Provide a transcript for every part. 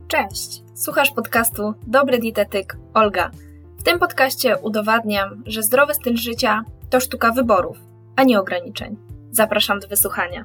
Cześć! Słuchasz podcastu Dobry Dietetyk Olga. W tym podcaście udowadniam, że zdrowy styl życia to sztuka wyborów, a nie ograniczeń. Zapraszam do wysłuchania.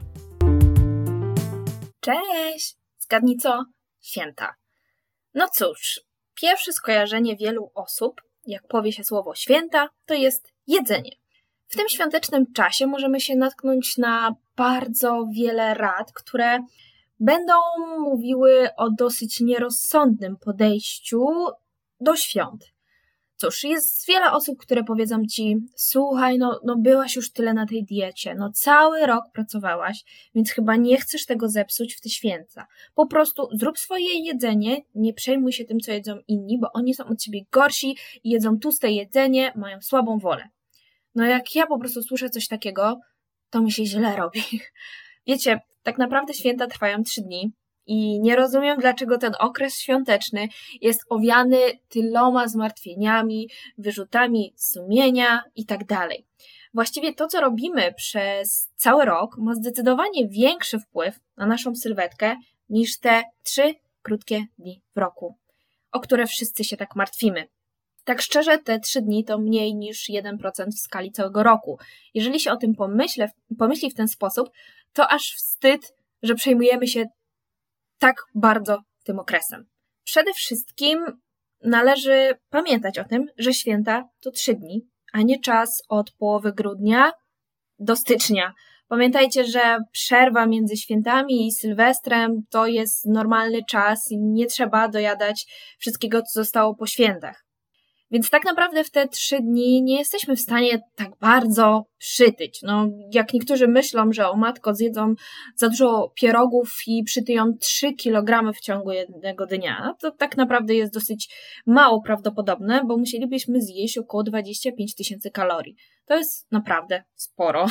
Cześć! Zgadnij co? Święta. No cóż, pierwsze skojarzenie wielu osób, jak powie się słowo święta, to jest jedzenie. W tym świątecznym czasie możemy się natknąć na bardzo wiele rad, które będą mówiły o dosyć nierozsądnym podejściu do świąt. Cóż, jest wiele osób, które powiedzą Ci: słuchaj, no byłaś już tyle na tej diecie, no cały rok pracowałaś, więc chyba nie chcesz tego zepsuć w te święta. Po prostu zrób swoje jedzenie, nie przejmuj się tym, co jedzą inni, bo oni są od Ciebie gorsi i jedzą tłuste jedzenie, mają słabą wolę. No jak ja po prostu słyszę coś takiego, to mi się źle robi. Wiecie, tak naprawdę święta trwają 3 dni i nie rozumiem, dlaczego ten okres świąteczny jest owiany tyloma zmartwieniami, wyrzutami sumienia i tak dalej. Właściwie to, co robimy przez cały rok, ma zdecydowanie większy wpływ na naszą sylwetkę niż te 3 krótkie dni w roku, o które wszyscy się tak martwimy. Tak szczerze, te 3 dni to mniej niż 1% w skali całego roku. Jeżeli się o tym pomyśli w ten sposób, to aż wstyd, że przejmujemy się tak bardzo tym okresem. Przede wszystkim należy pamiętać o tym, że święta to 3 dni, a nie czas od połowy grudnia do stycznia. Pamiętajcie, że przerwa między świętami i Sylwestrem to jest normalny czas i nie trzeba dojadać wszystkiego, co zostało po świętach. Więc tak naprawdę w te 3 dni nie jesteśmy w stanie tak bardzo przytyć. No, jak niektórzy myślą, że o matko zjedzą za dużo pierogów i przytyją 3 kg w ciągu jednego dnia, to tak naprawdę jest dosyć mało prawdopodobne, bo musielibyśmy zjeść około 25 000 kalorii. To jest naprawdę sporo.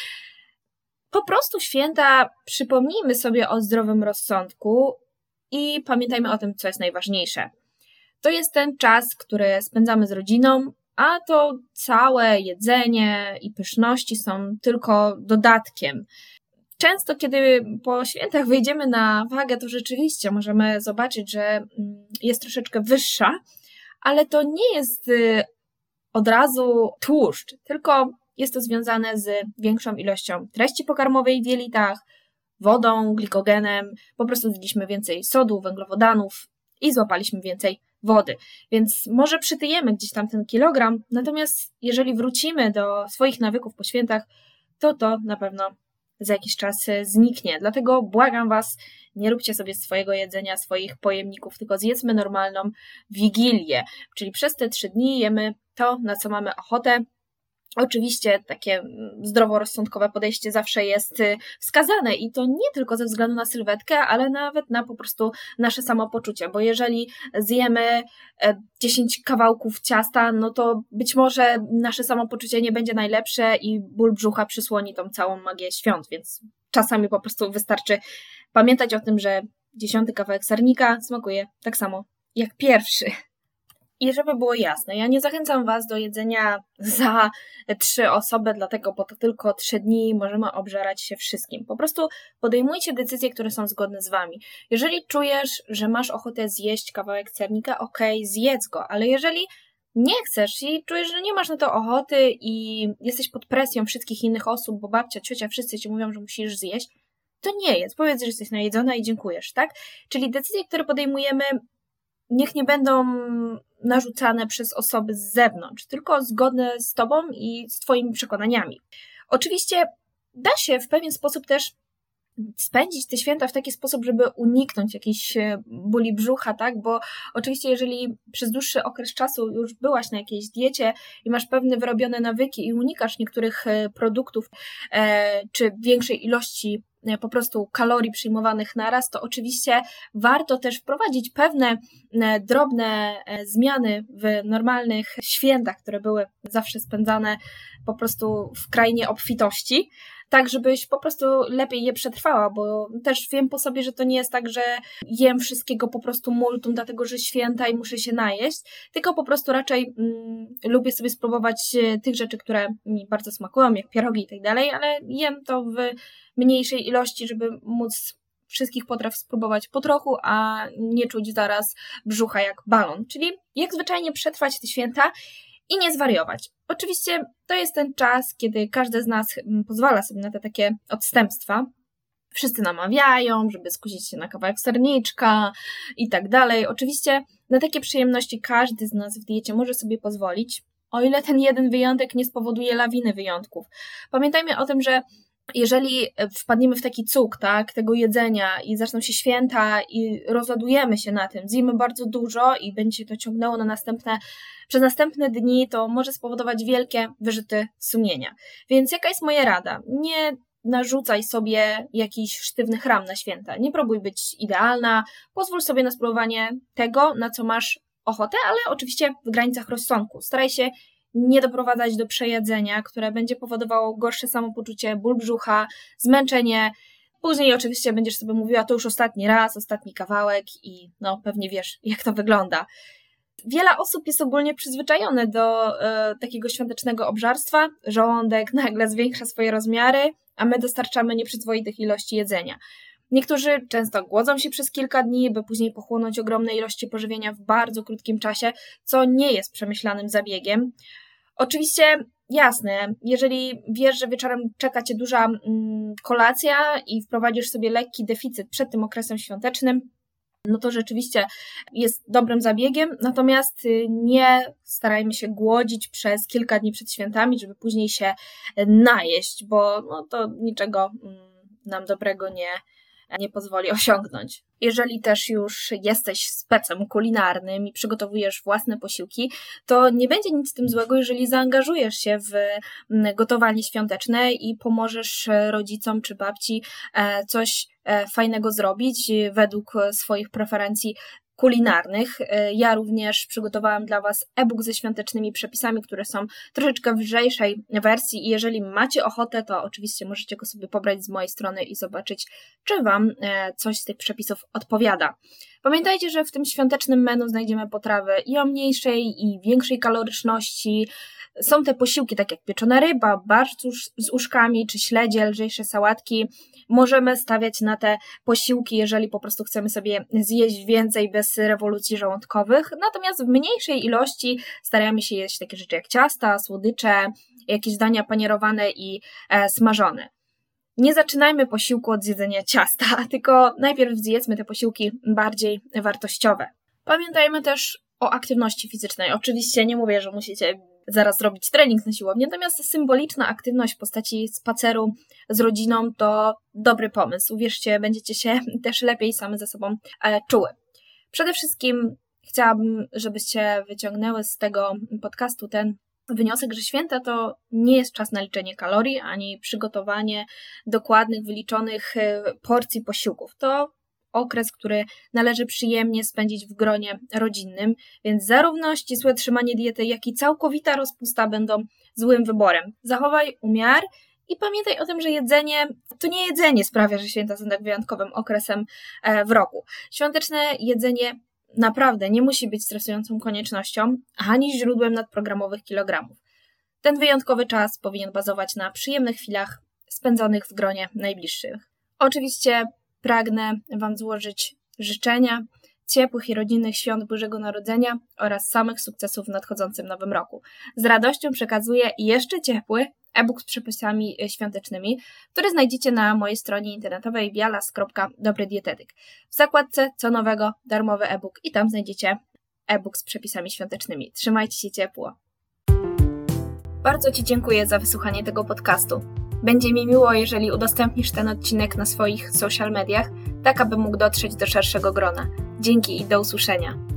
Po prostu święta przypomnijmy sobie o zdrowym rozsądku i pamiętajmy o tym, co jest najważniejsze. To jest ten czas, który spędzamy z rodziną, a to całe jedzenie i pyszności są tylko dodatkiem. Często, kiedy po świętach wyjdziemy na wagę, to rzeczywiście możemy zobaczyć, że jest troszeczkę wyższa, ale to nie jest od razu tłuszcz, tylko jest to związane z większą ilością treści pokarmowej w jelitach, wodą, glikogenem, po prostu zjedliśmy więcej sodu, węglowodanów i złapaliśmy więcej wody, więc może przytyjemy gdzieś tam ten kilogram, natomiast jeżeli wrócimy do swoich nawyków po świętach, to na pewno za jakiś czas zniknie. Dlatego błagam Was, nie róbcie sobie swojego jedzenia, swoich pojemników, tylko zjedzmy normalną wigilię, czyli przez te 3 dni jemy to, na co mamy ochotę. Oczywiście takie zdroworozsądkowe podejście zawsze jest wskazane i to nie tylko ze względu na sylwetkę, ale nawet na po prostu nasze samopoczucie, bo jeżeli zjemy 10 kawałków ciasta, no to być może nasze samopoczucie nie będzie najlepsze i ból brzucha przysłoni tą całą magię świąt, więc czasami po prostu wystarczy pamiętać o tym, że 10 kawałek sernika smakuje tak samo jak pierwszy. I żeby było jasne, ja nie zachęcam Was do jedzenia za 3 osoby, dlatego, bo to tylko 3 dni możemy obżerać się wszystkim. Po prostu podejmujcie decyzje, które są zgodne z Wami. Jeżeli czujesz, że masz ochotę zjeść kawałek sernika, okej, zjedz go, ale jeżeli nie chcesz i czujesz, że nie masz na to ochoty i jesteś pod presją wszystkich innych osób, bo babcia, ciocia, wszyscy Ci mówią, że musisz zjeść, to nie jedz. Powiedz, że jesteś najedzona i dziękujesz, tak? Czyli decyzje, które podejmujemy, niech nie będą narzucane przez osoby z zewnątrz, tylko zgodne z Tobą i z Twoimi przekonaniami. Oczywiście da się w pewien sposób też spędzić te święta w taki sposób, żeby uniknąć jakiejś bóli brzucha, tak? Bo oczywiście jeżeli przez dłuższy okres czasu już byłaś na jakiejś diecie i masz pewne wyrobione nawyki i unikasz niektórych produktów czy większej ilości po prostu kalorii przyjmowanych naraz, to oczywiście warto też wprowadzić pewne drobne zmiany w normalnych świętach, które były zawsze spędzane po prostu w krainie obfitości, tak żebyś po prostu lepiej je przetrwała, bo też wiem po sobie, że to nie jest tak, że jem wszystkiego po prostu multum, dlatego że święta i muszę się najeść, tylko po prostu raczej lubię sobie spróbować tych rzeczy, które mi bardzo smakują, jak pierogi i tak dalej, ale jem to w mniejszej ilości, żeby móc wszystkich potraw spróbować po trochu, a nie czuć zaraz brzucha jak balon. Czyli jak zwyczajnie przetrwać te święta i nie zwariować. Oczywiście to jest ten czas, kiedy każdy z nas pozwala sobie na te takie odstępstwa. Wszyscy namawiają, żeby skusić się na kawałek serniczka i tak dalej. Oczywiście na takie przyjemności każdy z nas w diecie może sobie pozwolić, o ile ten jeden wyjątek nie spowoduje lawiny wyjątków. Pamiętajmy o tym, że jeżeli wpadniemy w taki cuk, tak, tego jedzenia i zaczną się święta i rozładujemy się na tym, zjemy bardzo dużo i będzie to ciągnęło na przez następne dni, to może spowodować wielkie wyrzuty sumienia. Więc jaka jest moja rada? Nie narzucaj sobie jakichś sztywnych ram na święta. Nie próbuj być idealna, pozwól sobie na spróbowanie tego, na co masz ochotę, ale oczywiście w granicach rozsądku. Staraj się nie doprowadzać do przejedzenia, które będzie powodowało gorsze samopoczucie, ból brzucha, zmęczenie. Później oczywiście będziesz sobie mówiła, to już ostatni raz, ostatni kawałek i pewnie wiesz, jak to wygląda. Wiele osób jest ogólnie przyzwyczajone do takiego świątecznego obżarstwa. Żołądek nagle zwiększa swoje rozmiary, a my dostarczamy nieprzyzwoitych ilości jedzenia. Niektórzy często głodzą się przez kilka dni, by później pochłonąć ogromne ilości pożywienia w bardzo krótkim czasie, co nie jest przemyślanym zabiegiem. Oczywiście, jasne, jeżeli wiesz, że wieczorem czeka Cię duża kolacja i wprowadzisz sobie lekki deficyt przed tym okresem świątecznym, no to rzeczywiście jest dobrym zabiegiem, natomiast nie starajmy się głodzić przez kilka dni przed świętami, żeby później się najeść, bo to niczego nam dobrego nie pozwoli osiągnąć. Jeżeli też już jesteś specem kulinarnym i przygotowujesz własne posiłki, to nie będzie nic z tym złego, jeżeli zaangażujesz się w gotowanie świąteczne i pomożesz rodzicom czy babci coś fajnego zrobić według swoich preferencji kulinarnych. Ja również przygotowałam dla Was e-book ze świątecznymi przepisami, które są troszeczkę w lżejszej wersji i jeżeli macie ochotę, to oczywiście możecie go sobie pobrać z mojej strony i zobaczyć, czy Wam coś z tych przepisów odpowiada. Pamiętajcie, że w tym świątecznym menu znajdziemy potrawy i o mniejszej i większej kaloryczności. Są te posiłki, tak jak pieczona ryba, barszcz z uszkami, czy śledzie, lżejsze sałatki. Możemy stawiać na te posiłki, jeżeli po prostu chcemy sobie zjeść więcej bez rewolucji żołądkowych. Natomiast w mniejszej ilości staramy się jeść takie rzeczy jak ciasta, słodycze, jakieś dania panierowane i smażone. Nie zaczynajmy posiłku od zjedzenia ciasta, tylko najpierw zjedzmy te posiłki bardziej wartościowe. Pamiętajmy też o aktywności fizycznej. Oczywiście nie mówię, że musicie zaraz robić trening na siłowni, natomiast symboliczna aktywność w postaci spaceru z rodziną to dobry pomysł. Uwierzcie, będziecie się też lepiej same ze sobą czuły. Przede wszystkim chciałabym, żebyście wyciągnęły z tego podcastu ten wniosek, że święta to nie jest czas na liczenie kalorii, ani przygotowanie dokładnych, wyliczonych porcji posiłków. To okres, który należy przyjemnie spędzić w gronie rodzinnym, więc zarówno ścisłe trzymanie diety, jak i całkowita rozpusta będą złym wyborem. Zachowaj umiar i pamiętaj o tym, że jedzenie to nie jedzenie sprawia, że święta są tak wyjątkowym okresem w roku. Świąteczne jedzenie naprawdę nie musi być stresującą koniecznością, ani źródłem nadprogramowych kilogramów. Ten wyjątkowy czas powinien bazować na przyjemnych chwilach spędzonych w gronie najbliższych. Oczywiście pragnę Wam złożyć życzenia ciepłych i rodzinnych świąt Bożego Narodzenia oraz samych sukcesów w nadchodzącym nowym roku. Z radością przekazuję jeszcze ciepły e-book z przepisami świątecznymi, który znajdziecie na mojej stronie internetowej bialas.dobrodietetyk. W zakładce co nowego darmowy e-book i tam znajdziecie e-book z przepisami świątecznymi. Trzymajcie się ciepło. Bardzo Ci dziękuję za wysłuchanie tego podcastu. Będzie mi miło, jeżeli udostępnisz ten odcinek na swoich social mediach, tak aby mógł dotrzeć do szerszego grona. Dzięki i do usłyszenia.